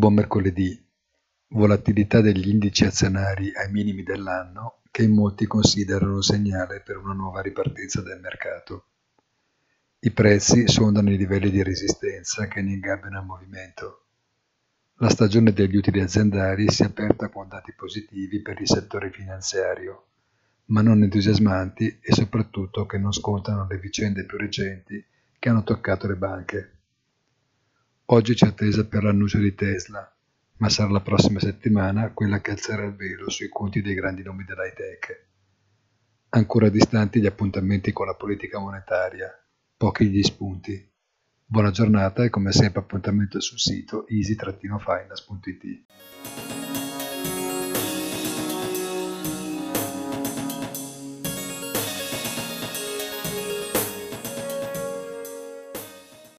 Buon mercoledì. Volatilità degli indici azionari ai minimi dell'anno che in molti considerano un segnale per una nuova ripartenza del mercato. I prezzi sondano i livelli di resistenza che ne ingabbiano il movimento. La stagione degli utili aziendali si è aperta con dati positivi per il settore finanziario, ma non entusiasmanti e soprattutto che non scontano le vicende più recenti che hanno toccato le banche. Oggi c'è attesa per l'annuncio di Tesla, ma sarà la prossima settimana quella che alzerà il velo sui conti dei grandi nomi dell'high tech. Ancora distanti gli appuntamenti con la politica monetaria, pochi gli spunti. Buona giornata e come sempre appuntamento sul sito easy-finance.it.